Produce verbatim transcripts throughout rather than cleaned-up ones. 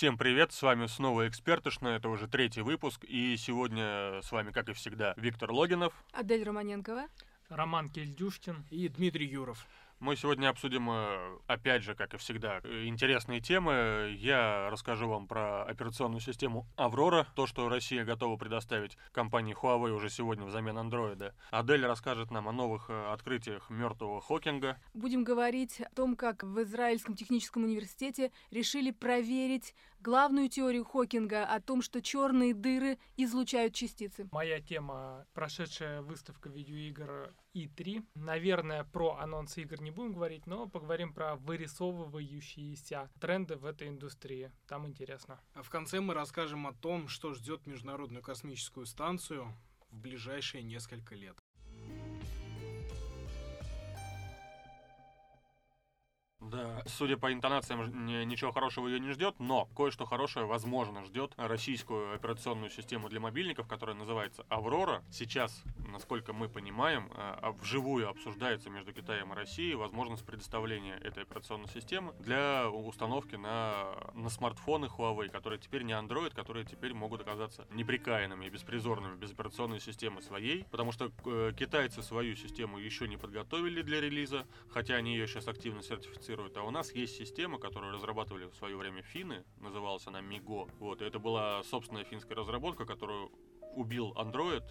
Всем привет, с вами снова Экспертошно, это уже третий выпуск, и сегодня с вами, как и всегда, Виктор Логинов, Адель Романенкова, Роман Кельдюшкин и Дмитрий Юров. Мы сегодня обсудим, опять же, как и всегда, интересные темы. Я расскажу вам про операционную систему Аврора, то, что Россия готова предоставить компании Huawei уже сегодня взамен андроида. Адель расскажет нам о новых открытиях мертвого Хокинга. Будем говорить о том, как в Израильском техническом университете решили проверить главную теорию Хокинга о том, что черные дыры излучают частицы. Моя тема — прошедшая выставка видеоигр и три. Наверное, про анонсы игр не будем говорить, но поговорим про вырисовывающиеся тренды в этой индустрии. Там интересно. А в конце мы расскажем о том, что ждет Международную космическую станцию в ближайшие несколько лет. Да, судя по интонациям, ничего хорошего ее не ждет, но кое-что хорошее, возможно, ждет российскую операционную систему для мобильников, которая называется Аврора. Сейчас, насколько мы понимаем, вживую обсуждается между Китаем и Россией возможность предоставления этой операционной системы для установки на, на смартфоны Huawei, которые теперь не Android, которые теперь могут оказаться неприкаянными и беспризорными без операционной системы своей, потому что китайцы свою систему еще не подготовили для релиза, хотя они ее сейчас активно сертифицируют. А у нас есть система, которую разрабатывали в свое время финны, называлась она Migo. Вот, и это была собственная финская разработка, которую убил Android,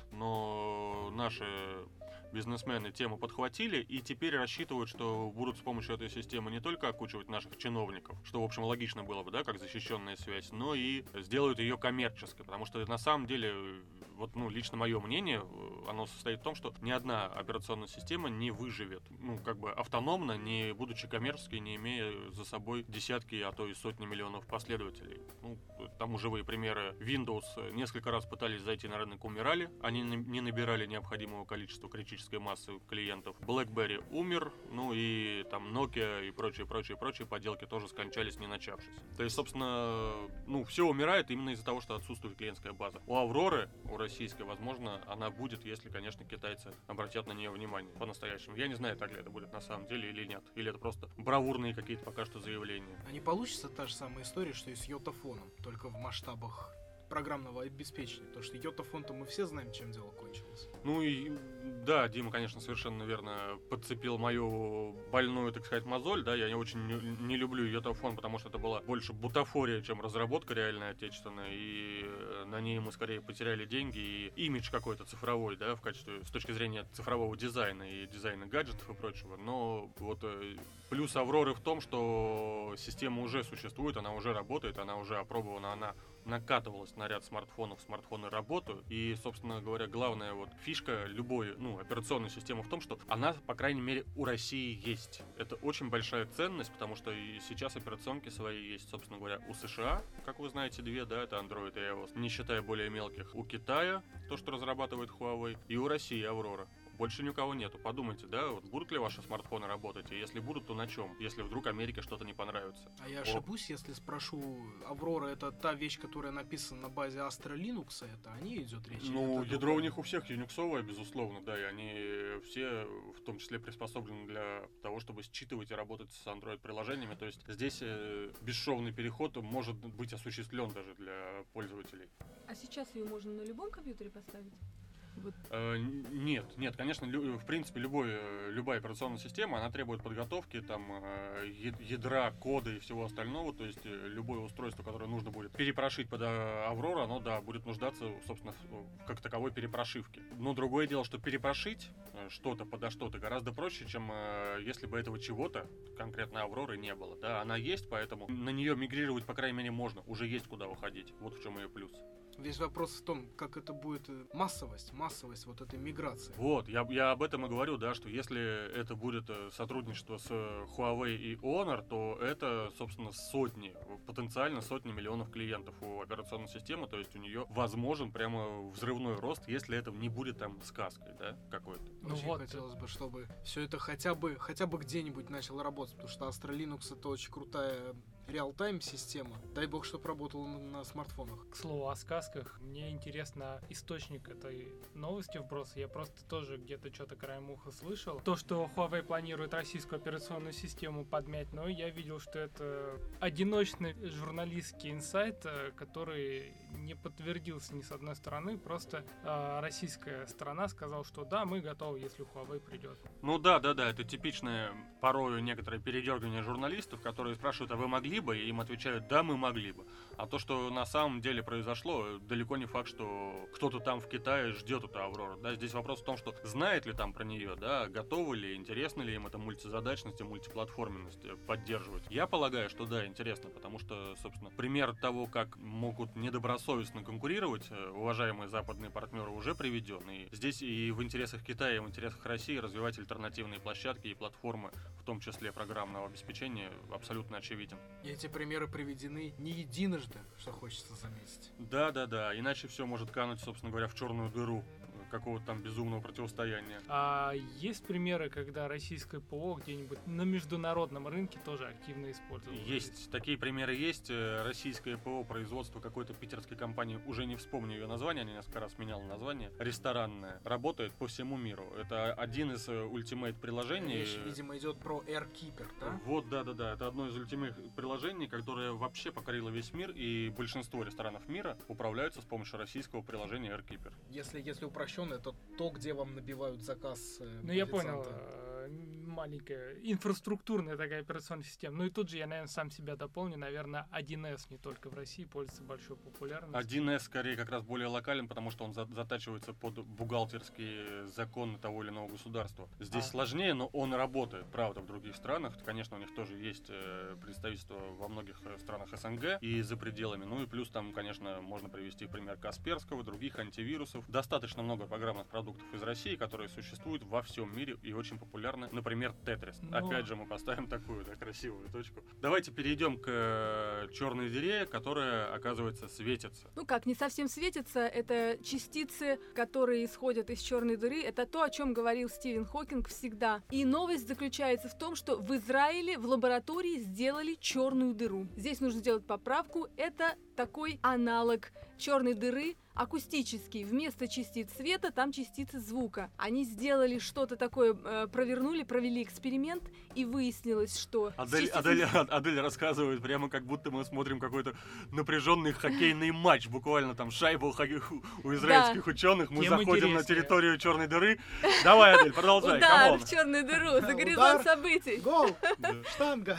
но наши бизнесмены тему подхватили и теперь рассчитывают, что будут с помощью этой системы не только окучивать наших чиновников, что, в общем, логично было бы, да, как защищенная связь, но и сделают ее коммерческой, потому что на самом деле, вот, ну, лично мое мнение, оно состоит в том, что ни одна операционная система не выживет, ну, как бы автономно, не будучи коммерческой, не имея за собой десятки, а то и сотни миллионов последователей. Ну, тому живые примеры. Windows несколько раз пытались зайти на рынок, умирали, они не набирали необходимого количества критической массы клиентов. BlackBerry умер, ну и там Nokia и прочие, прочие, прочие поделки тоже скончались, не начавшись. То есть, собственно, ну, все умирает именно из-за того, что отсутствует клиентская база. У Авроры, у российской, возможно, она будет, если, конечно, китайцы обратят на нее внимание по-настоящему. Я не знаю, так ли это будет на самом деле или нет. Или это просто бравурные какие-то пока что заявления. А не получится та же самая история, что и с йотафоном, только в масштабах программного обеспечения, потому что йотафон-то мы все знаем, чем дело кончилось. Ну и да, Дима, конечно, совершенно верно подцепил мою больную, так сказать, мозоль, да, я не очень не, не люблю йотафон, потому что это была больше бутафория, чем разработка реальная отечественная, и на ней мы скорее потеряли деньги и имидж какой-то цифровой, да, в качестве, с точки зрения цифрового дизайна и дизайна гаджетов и прочего, но вот плюс Авроры в том, что система уже существует, она уже работает, она уже опробована, она накатывалась на ряд смартфонов, смартфоны работают, и, собственно говоря, главная вот фишка любой, ну, операционной системы в том, что она, по крайней мере, у России есть. Это очень большая ценность, потому что и сейчас операционки свои есть, собственно говоря, у США, как вы знаете, две, да, это Android и iOS, не считая более мелких, у Китая, то, что разрабатывает Huawei, и у России Аврора. Больше ни у кого нету. Подумайте, да, вот будут ли ваши смартфоны работать, и если будут, то на чем? Если вдруг Америке что-то не понравится. А я ошибусь, если спрошу, Аврора — это та вещь, которая написана на базе Astra Linux, это о ней идет речь? Ну, ядро другое? У них у всех юниксовое, безусловно, да, и они все в том числе приспособлены для того, чтобы считывать и работать с Android-приложениями, то есть здесь э, бесшовный переход может быть осуществлен даже для пользователей. А сейчас ее можно на любом компьютере поставить? Вот. Э, нет, нет, конечно, лю, в принципе, любой, любая операционная система, она требует подготовки, там, э, ядра, кода и всего остального, то есть любое устройство, которое нужно будет перепрошить под Аврору, оно, да, будет нуждаться, собственно, в как таковой перепрошивке. Но другое дело, что перепрошить что-то подо что-то гораздо проще, чем э, если бы этого чего-то, конкретно Авроры, не было, да, она есть, поэтому на нее мигрировать, по крайней мере, можно, уже есть куда уходить, вот в чем ее плюс. Весь вопрос в том, как это будет массовость, массовость вот этой миграции. Вот, я, я об этом и говорю, да, что если это будет сотрудничество с Huawei и Honor, то это, собственно, сотни, потенциально сотни миллионов клиентов у операционной системы, то есть у нее возможен прямо взрывной рост, если это не будет там сказкой, да, какой-то. Ну очень вот. Хотелось бы, чтобы все это хотя бы, хотя бы где-нибудь начало работать, потому что Astra Linux — это очень крутая реал-тайм система. Дай бог, чтоб работала на, на смартфонах. К слову о сказках, мне интересно источник этой новости вброса. Я просто тоже где-то что-то краем уха слышал. То, что Huawei планирует российскую операционную систему подмять, но я видел, что это одиночный журналистский инсайт, который не подтвердился ни с одной стороны. Просто э, российская сторона сказала, что да, мы готовы, если Huawei придет. Ну да, да, да, это типичное порою некоторое передергивание журналистов, которые спрашивают, а вы могли бы? И им отвечают, да, мы могли бы. А то, что на самом деле произошло, далеко не факт, что кто-то там в Китае ждет эту Аврору. Да, здесь вопрос в том, что знает ли там про нее, да, готовы ли, интересно ли им эта мультизадачность и мультиплатформенность поддерживать. Я полагаю, что да, интересно, потому что, собственно, пример того, как могут недобросовестно конкурировать уважаемые западные партнеры, уже приведен. И здесь и в интересах Китая, и в интересах России развивать альтернативные площадки и платформы, в том числе программного обеспечения, абсолютно очевиден. И эти примеры приведены не единожды, что хочется заметить. Да, да, да. Иначе все может кануть, собственно говоря, в черную дыру какого-то там безумного противостояния. А есть примеры, когда российское ПО где-нибудь на международном рынке тоже активно использовалось? Есть. Такие примеры есть. Российское ПО производство какой-то питерской компании, уже не вспомню ее название, она несколько раз меняла название, ресторанное, работает по всему миру. Это один из ультимейт приложений. Речь, видимо, идет про AirKeeper, да? Вот, да-да-да. Это одно из ультимейт приложений, которое вообще покорило весь мир, и большинство ресторанов мира управляются с помощью российского приложения AirKeeper. Если, если упрощенно, это то, где вам набивают заказ. Э, ну, я понял. Маленькая инфраструктурная такая операционная система. Ну и тут же я, наверное, сам себя дополню. Наверное, один эс не только в России пользуется большой популярностью. один эс скорее как раз более локален, потому что он за- затачивается под бухгалтерские законы того или иного государства. Здесь а. сложнее, но он работает, правда, в других странах. Конечно, у них тоже есть э, представительство во многих странах СНГ и за пределами. Ну и плюс там, конечно, можно привести пример Касперского, других антивирусов. Достаточно много программных продуктов из России, которые существуют во всем мире и очень популярны. Например, Тетрис. Но... Опять же, мы поставим такую да, красивую точку. Давайте перейдем к э, черной дыре, которая, оказывается, светится. Ну как, не совсем светится. Это частицы, которые исходят из черной дыры. Это то, о чем говорил Стивен Хокинг всегда. И новость заключается в том, что в Израиле в лаборатории сделали черную дыру. Здесь нужно сделать поправку. Это такой аналог черной дыры, акустический. Вместо частиц света там частицы звука. Они сделали что-то такое, э, провернули, провели эксперимент, и выяснилось, что... Адель, частицами... Адель, Адель рассказывает прямо как будто мы смотрим какой-то напряженный хоккейный матч. Буквально там шайба у, у израильских да. ученых. Мы Тем заходим интереснее. на территорию черной дыры. Давай, Адель, продолжай. Удар в черную дыру, за горизонт событий. Гол! Штанга!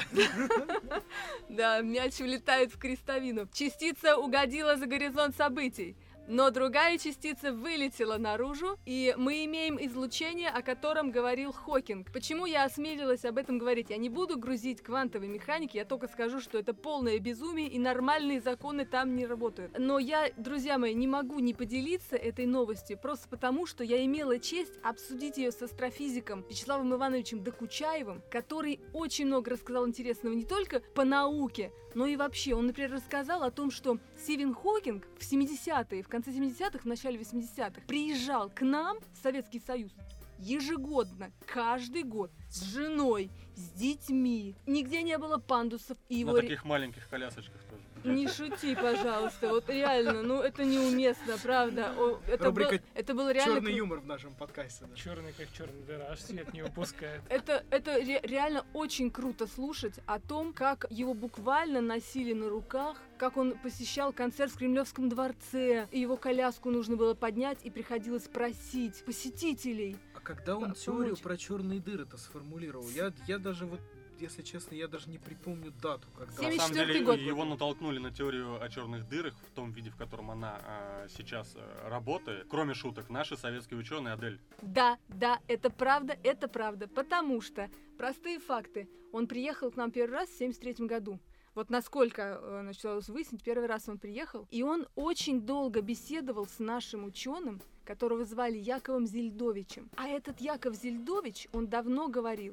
Да, мяч улетает в крестовину. Частица угодила за горизонт событий. Но другая частица вылетела наружу, и мы имеем излучение, о котором говорил Хокинг. Почему я осмелилась об этом говорить? Я не буду грузить квантовой механики, я только скажу, что это полное безумие, и нормальные законы там не работают. Но я, друзья мои, не могу не поделиться этой новостью, просто потому, что я имела честь обсудить ее с астрофизиком Вячеславом Ивановичем Докучаевым, который очень много рассказал интересного не только по науке, но и вообще. Он, например, рассказал о том, что Стивен Хокинг в семидесятые, в конце семидесятых, в начале восьмидесятых приезжал к нам в Советский Союз ежегодно, каждый год, с женой, с детьми. Нигде не было пандусов. И его... На таких маленьких колясочках тоже. Не шути, пожалуйста, вот реально, ну это неуместно, правда. О, это, был, это было реально... Черный юмор в нашем подкасте. Да. Черный как черный дыра, аж свет не упускает. Это, это ре- реально очень круто слушать о том, как его буквально носили на руках, как он посещал концерт в Кремлевском дворце, и его коляску нужно было поднять, и приходилось просить посетителей. А когда он теорию про черные дыры-то сформулировал? Я, я даже вот если честно, я даже не припомню дату, когда... На самом деле, год. Его натолкнули на теорию о черных дырах в том виде, в котором она а, сейчас а, работает. Кроме шуток, наши советские ученые, Адель. Да, да, это правда, это правда, потому что, простые факты, он приехал к нам первый раз в семьдесят третьем году. Вот насколько, значит, удалось выяснить, первый раз он приехал, и он очень долго беседовал с нашим ученым, которого звали Яковом Зельдовичем. А этот Яков Зельдович, он давно говорил,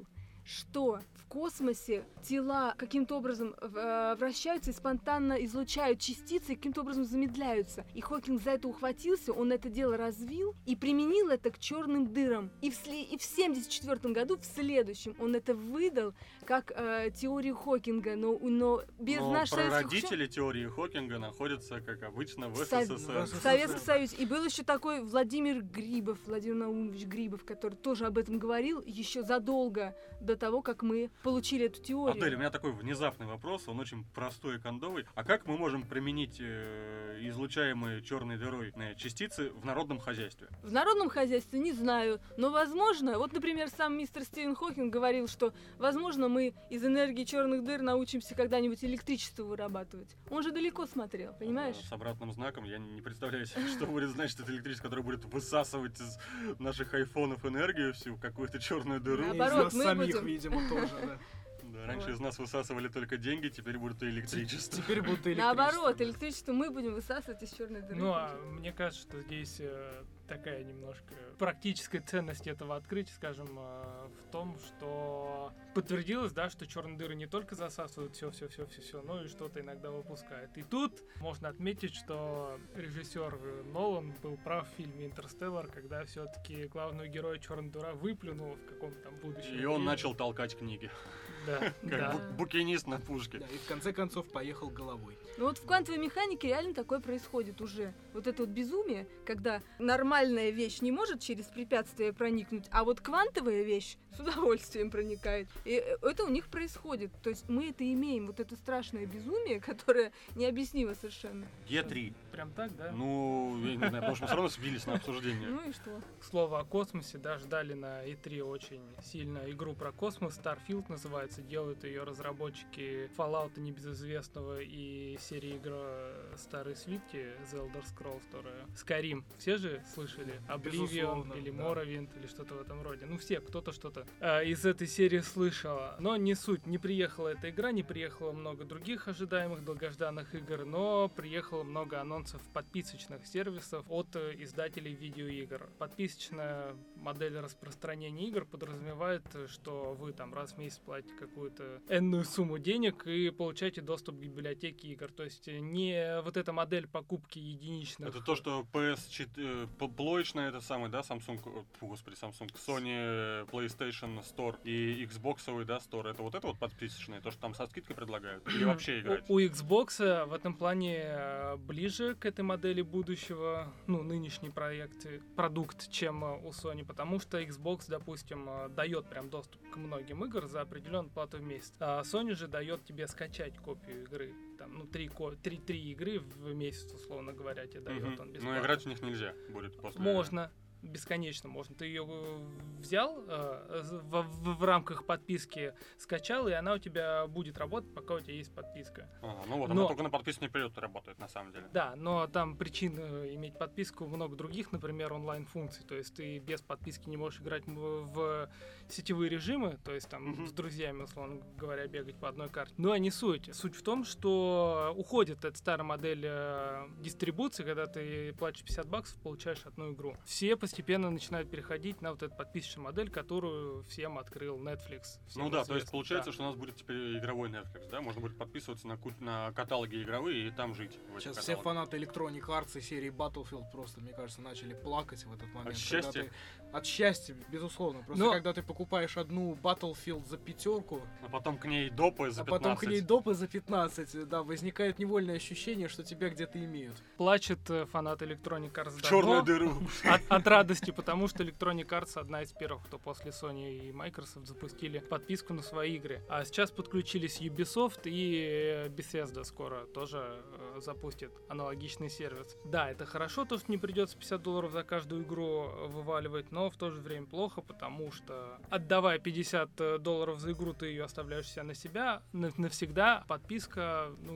что в космосе тела каким-то образом э, вращаются и спонтанно излучают частицы, и каким-то образом замедляются. И Хокинг за это ухватился, он это дело развил и применил это к черным дырам. И в, сли- и в семьдесят четвёртом году, в следующем, он это выдал как э, теорию Хокинга, но, но без Но наших прародители теории Хокинга находятся, как обычно, в Сов- СССР. в Советском Союзе. И был еще такой Владимир Грибов, Владимир Наумович Грибов, который тоже об этом говорил еще задолго до того, как мы получили эту теорию. Адель, у меня такой внезапный вопрос, он очень простой и кондовый. А как мы можем применить э, излучаемые черной дырой э, частицы в народном хозяйстве? В народном хозяйстве не знаю, но возможно, вот, например, сам мистер Стивен Хокинг говорил, что, возможно, мы из энергии черных дыр научимся когда-нибудь электричество вырабатывать. Он же далеко смотрел, понимаешь? С обратным знаком я не представляю себе, что будет значить это электричество, которое будет высасывать из наших айфонов энергию всю в какую-то черную дыру. И из Наоборот, нас мы самих, будем- видимо, тоже, да. Да, раньше Вот. из нас высасывали только деньги, теперь будет и электричество. Теперь будут электричество. Наоборот, да. электричество мы будем высасывать из черной дыры. Ну, а мне кажется, что здесь э, такая немножко практическая ценность этого открытия, скажем, э, в том, что подтвердилось, да, что черные дыры не только засасывают все, все, все, все, все, но и что-то иногда выпускают. И тут можно отметить, что режиссер Нолан был прав в фильме «Интерстеллар», когда все-таки главную героя черная дыра выплюнула в каком-то там будущем. И он времени. начал толкать книги, Да, как да. бу- букинист на пушке. Да, и в конце концов поехал головой. Ну вот в квантовой механике реально такое происходит уже. Вот это вот безумие, когда нормальная вещь не может через препятствие проникнуть, а вот квантовая вещь с удовольствием проникает. И э, это у них происходит. То есть мы это имеем, вот это страшное безумие, которое необъяснимо совершенно. Е три. Прям так, да? Ну, я не знаю, потому что мы все равно сбились на обсуждение. Ну и что? К слову о космосе, да, ждали на и три очень сильно игру про космос. Starfield называется, делают ее разработчики Fallout небезызвестного и серии игр Старые свитки, The Elder Scrolls, которая Skyrim. Все же слышали? Oblivion Безусловно, или да. Morrowind или что-то в этом роде. Ну все, кто-то что-то э, из этой серии слышал. Но не суть, не приехала эта игра, не приехало много других ожидаемых долгожданных игр, но приехало много анонсов подписочных сервисов от э, издателей видеоигр. Подписочная модель распространения игр подразумевает, что вы там раз в месяц платите какую-то энную сумму денег и получаете доступ к библиотеке игр. То есть э, не вот эта модель покупки единичных. Это то, что пи эс четыре, п- плоечная, это самый, да, Samsung, о, фу, господи, Samsung, Sony, PlayStation Store и Xbox, да, Store, это вот это вот подписочное, то, что там со скидкой предлагают, или вообще играть? У, у Xbox э, в этом плане э, ближе к этой модели будущего, ну, нынешний проект, э, продукт, чем э, у Sony, потому что Xbox, допустим, э, дает прям доступ к многим играм за определенную плату в месяц. А Sony же дает тебе скачать копию игры. Там, ну, три, ко- три, три игры в месяц, условно говоря, тебе дает Мгм. он Но бесплатно. играть в них нельзя будет после... Можно. Бесконечно можно. Ты ее взял э, в, в- в рамках подписки, скачал, и она у тебя будет работать, пока у тебя есть подписка. Ага, ну вот, Но- она только на подписанный период работает, на самом деле. Да, но там причин э, иметь подписку много других, например, онлайн-функций. То есть ты без подписки не можешь играть в, в сетевые режимы, то есть там Мгм. с друзьями, условно говоря, бегать по одной карте. Но не суть. Суть в том, что уходит эта старая модель э, дистрибуции, когда ты платишь пятьдесят баксов, получаешь одну игру. Все постепенно начинают переходить на вот эту подписочную модель, которую всем открыл Netflix. Всем Ну да, то есть известный, получается, да. что у нас будет теперь игровой Netflix, да? Можно будет подписываться на, ку- на каталоги игровые и там жить. В этих Сейчас все каталогах. фанаты Electronic Arts и серии Battlefield просто, мне кажется, начали плакать в этот момент. От когда счастья? ты- От счастья, безусловно. Просто Но- когда ты покупаешь одну Battlefield за пятерку, А потом к ней допы за а потом к ней пятнадцать. допы за пятнадцать, да, возникает невольное ощущение, что тебя где-то имеют. Плачет э, фанат Electronic Arts В давно. черную дыру. От, от радости, потому что Electronic Arts одна из первых, кто после Sony и Microsoft запустили подписку на свои игры. А сейчас подключились Ubisoft и э, Bethesda скоро тоже э, запустит аналогичный сервис. Да, это хорошо, то, что не придется пятьдесят долларов за каждую игру э, вываливать, но в то же время плохо, потому что отдавая пятьдесят долларов за игру, ты ее оставляешь себя на себя на- навсегда. Подписка, ну,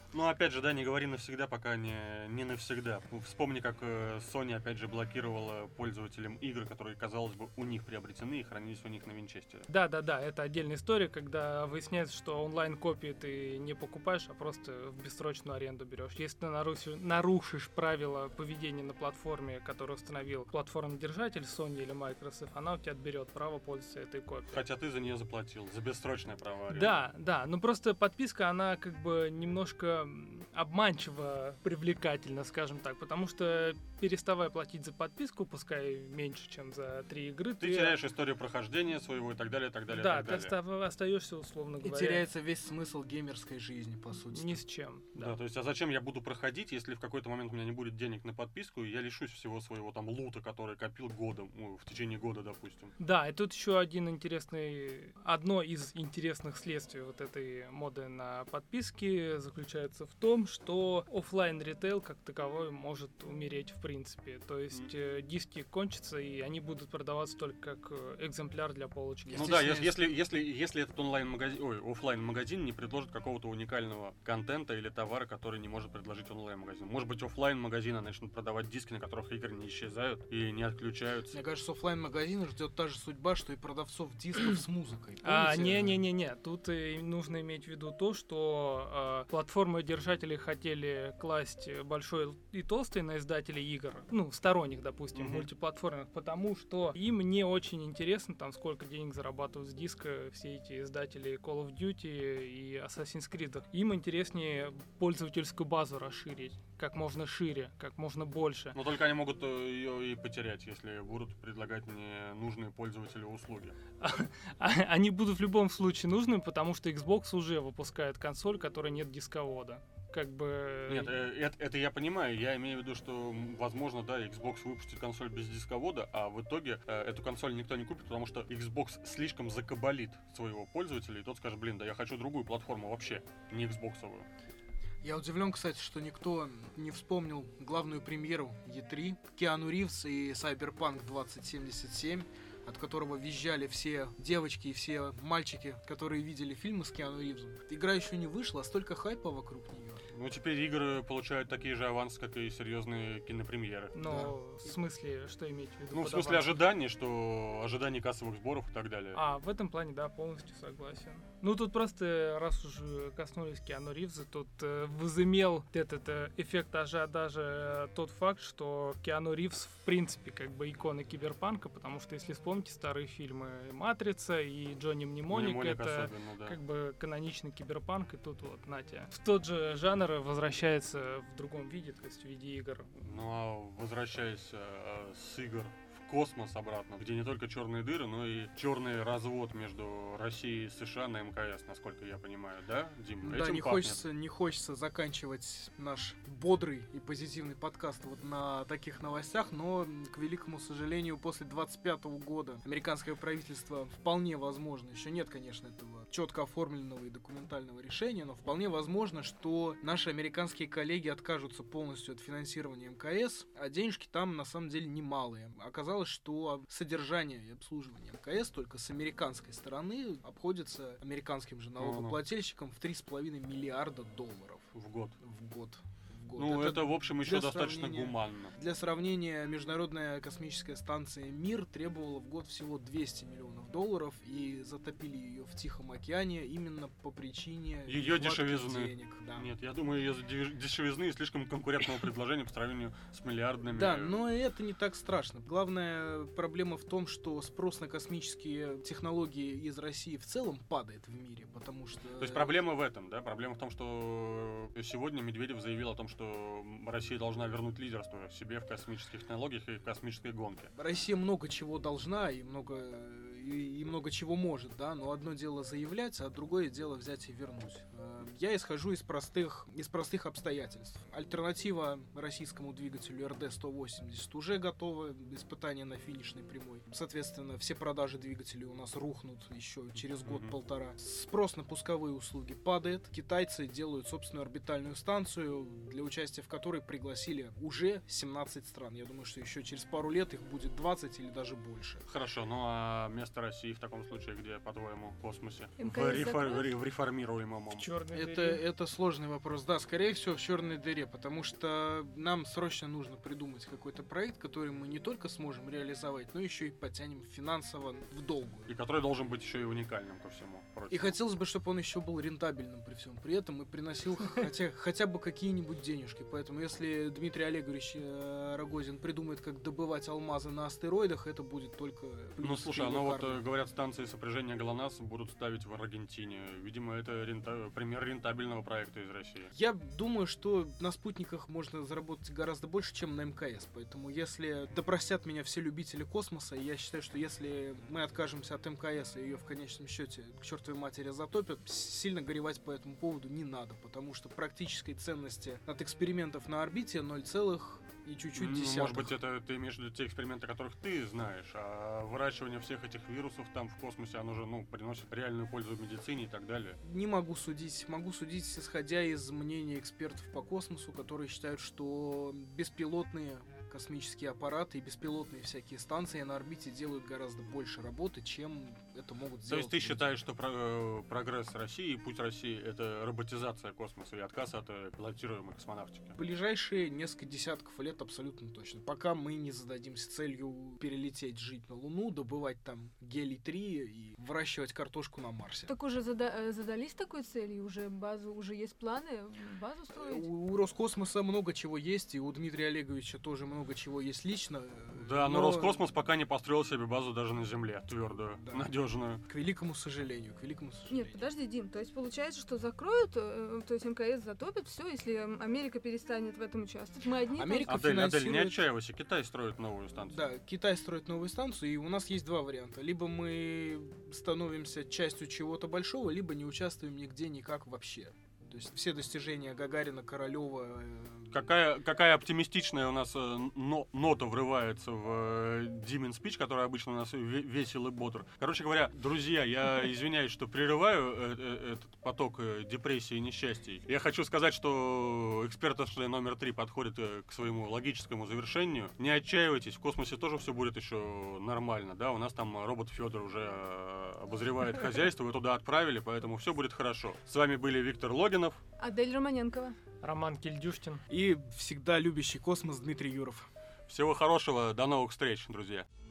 Ну, опять же, да, не говори навсегда, пока не, не навсегда. Вспомни, как э, Sony, опять же, блокировала пользователям игр, которые, казалось бы, у них приобретены и хранились у них на винчестере. Да-да-да, это отдельная история, когда выясняется, что онлайн-копии ты не покупаешь, а просто в бессрочную аренду берешь. Если ты нарушишь, нарушишь правила поведения на платформе, которую установил платформодержатель Sony или Microsoft, она у тебя отберет право пользоваться этой копией. Хотя ты за нее заплатил, за бессрочное право аренды. Да, да, ну просто подписка, она как бы немножко обманчиво привлекательна, скажем так, потому что переставая платить за подписку, пускай меньше, чем за три игры, Ты теряешь историю прохождения своего и так далее, и так далее, да, и так ты далее. оста- остаешься, условно И говоря, теряется весь смысл геймерской жизни, по сути. ни с чем. Да. Да. то есть, а зачем я буду проходить, если в какой-то момент у меня не будет денег на подписку, и я лишусь всего своего там лута, который копил годом, ну, в течение года, допустим. Да, и тут еще один интересный, одно из интересных следствий вот этой моды на подписки заключается в том, что оффлайн ритейл как таковой может умереть в принципе. То есть э, диски кончатся, и они будут продаваться только как э, экземпляр для полочки. Ну да, если, если, если, если этот онлайн-магазин, ой, оффлайн-магазин не предложит какого-то уникального контента или товара, который не может предложить онлайн-магазин. Может быть, оффлайн-магазины начнут продавать диски, на которых игры не исчезают и не отключаются. Мне кажется, оффлайн-магазина ждет та же судьба, что и продавцов дисков с музыкой. А, Помните? не-не-не-не, тут э, нужно иметь в виду то, что э, платформы-держатели хотели класть большой и толстый на издателей игр, ну, сторонних, допустим, Мгм. мультиплатформенных, потому что им не очень интересно, там, сколько денег зарабатывают с диска все эти издатели Call of Duty и Assassin's Creed. Им интереснее пользовательскую базу расширить как можно шире, как можно больше. Но только они могут ее и потерять, если будут предлагать мне нужные пользователю услуги. А- Они будут в любом случае нужны, потому что Xbox уже выпускает консоль, которой нет дисковода. Как бы... Нет, э, это, это я понимаю. Я имею в виду, что, м, возможно, да, Xbox выпустит консоль без дисковода, а в итоге э, эту консоль никто не купит, потому что Xbox слишком закабалит своего пользователя, и тот скажет, блин, да я хочу другую платформу вообще, не Xbox'овую. Я удивлен, кстати, что никто не вспомнил главную премьеру и три. Киану Ривз и Cyberpunk двадцать семьдесят семь, от которого визжали все девочки и все мальчики, которые видели фильмы с Киану Ривзом. Игра еще не вышла, а столько хайпа вокруг нее. Ну, теперь игры получают такие же авансы, как и серьезные кинопремьеры. Но в смысле, что иметь в виду? Ну, в под смысле авансом? ожиданий, что ожиданий кассовых сборов и так далее. А, в этом плане, да, полностью согласен. Ну, тут просто, раз уже коснулись Киану Ривза, тут э, возымел этот э, эффект ажиотажа э, тот факт, что Киану Ривз, в принципе, как бы икона киберпанка, потому что, если вспомните старые фильмы «Матрица» и «Джонни Мнемоник», Мнемоник это особенно, да. как бы каноничный киберпанк, и тут вот, Натя, в тот же жанр возвращается в другом виде, то есть в виде игр. Ну, а возвращаясь э, с игр в космос обратно, где не только черные дыры, но и черный развод между Россией и США на МКС, насколько я понимаю, да, Дим? Да, Этим не пахнет. хочется, не хочется заканчивать наш бодрый и позитивный подкаст вот на таких новостях, но, к великому сожалению, после двадцать пятого года американское правительство вполне возможно, еще нет, конечно, этого четко оформленного и документального решения, но вполне возможно, что наши американские коллеги откажутся полностью от финансирования МКС, а денежки там на самом деле немалые. Оказалось, что содержание и обслуживание МКС только с американской стороны обходится американским же налогоплательщикам в три с половиной миллиарда долларов В год. в год. В год. Ну, это, в общем, еще для достаточно сравнения- гуманно. Для сравнения, Международная космическая станция «Мир» требовала в год всего двести миллионов долларов, и затопили ее в Тихом океане именно по причине Её нехватки дешевизны. денег. Да. Нет, я думаю, ее дешевизны и слишком конкурентного предложения по сравнению с миллиардными. Да, но это не так страшно. Главная проблема в том, что спрос на космические технологии из России в целом падает в мире, потому что... То есть проблема в этом, да? Проблема в том, что сегодня Медведев заявил о том, что Россия должна вернуть лидерство себе в космических технологиях и в космической гонке. Россия много чего должна и много, и, и много чего может, да, но одно дело заявлять, а другое дело взять и вернуть. Э, Я исхожу из простых, из простых обстоятельств. Альтернатива российскому двигателю эр дэ сто восемьдесят уже готова, испытание на финишной прямой. Соответственно, все продажи двигателей у нас рухнут еще через Мгм. год-полтора. Спрос на пусковые услуги падает. Китайцы делают собственную орбитальную станцию, для участия в которой пригласили уже семнадцать стран. Я думаю, что еще через пару лет их будет двадцать или даже больше. Хорошо, ну а место России в таком случае где, по-твоему, в космосе? МКС В, рефор- закроют? в реформируемом. В черной Это, дыре? это сложный вопрос. Да, скорее всего, в черной дыре, потому что нам срочно нужно придумать какой-то проект, который мы не только сможем реализовать, но еще и потянем финансово в долгую. И который должен быть еще и уникальным ко всему прочему. И хотелось бы, чтобы он еще был рентабельным при всем при этом и приносил хотя, хотя бы какие-нибудь денежки. Поэтому если Дмитрий Олегович э, Рогозин придумает, как добывать алмазы на астероидах, это будет только плюс Ну слушай, к его ну вот карме. э, говорят, станции сопряжения ГЛОНАСС будут ставить в Аргентине. Видимо, это рента- пример рентабельного проекта из России. Я думаю, что на спутниках можно заработать гораздо больше, чем на МКС. Поэтому если допросят меня все любители космоса, я считаю, что если мы откажемся от МКС и ее в конечном счете к чертовой матери затопят, сильно горевать по этому поводу не надо, потому что практической ценности от экспериментов на орбите ноль целых и чуть-чуть Ну, десятых. может быть, это ты имеешь в виду те эксперименты, которых ты знаешь, а выращивание всех этих вирусов там в космосе, оно же, ну, приносит реальную пользу в медицине и так далее. Не могу судить. Могу судить, исходя из мнения экспертов по космосу, которые считают, что беспилотные космические аппараты и беспилотные всякие станции на орбите делают гораздо больше работы, чем это могут То сделать есть ты люди. считаешь, что про- э, прогресс России и путь России — это роботизация космоса и отказ от э, пилотируемой космонавтики? В ближайшие несколько десятков лет абсолютно точно. Пока мы не зададимся целью перелететь, жить на Луну, добывать там гелий-три и выращивать картошку на Марсе. Так уже зада- э, задались такой целью, уже базу, уже есть планы базу строить? У Роскосмоса много чего есть, и у Дмитрия Олеговича тоже много чего есть лично. Да, но Роскосмос пока не построил себе базу даже на Земле, твердую, Да. надежную. К великому сожалению, к великому сожалению. Нет, подожди, Дим, то есть получается, что закроют, э, то есть МКС затопит, все, если Америка перестанет в этом участвовать. Мы одни. там- Америка Адель, Адель, не финансирует- отчаивайся, Китай строит новую станцию. Да, Китай строит новую станцию, и у нас есть два варианта. Либо мы становимся частью чего-то большого, либо не участвуем нигде никак вообще. То есть все достижения Гагарина, Королева... Какая, какая оптимистичная у нас э, но- нота врывается в э, Димин спич, который обычно у нас ве- весел и бодр. Короче говоря, друзья, я извиняюсь, что прерываю э, э, этот поток э, депрессии и несчастий. Я хочу сказать, что эксперт номер три подходит э, к своему логическому завершению. Не отчаивайтесь, в космосе тоже все будет еще нормально, да, у нас там робот Федор уже э, обозревает хозяйство, вы туда отправили, поэтому все будет хорошо. С вами были Виктор Логинов. Адель Романенкова. Роман Кильдюштин. И всегда любящий космос Дмитрий Юров. Всего хорошего, до новых встреч, друзья.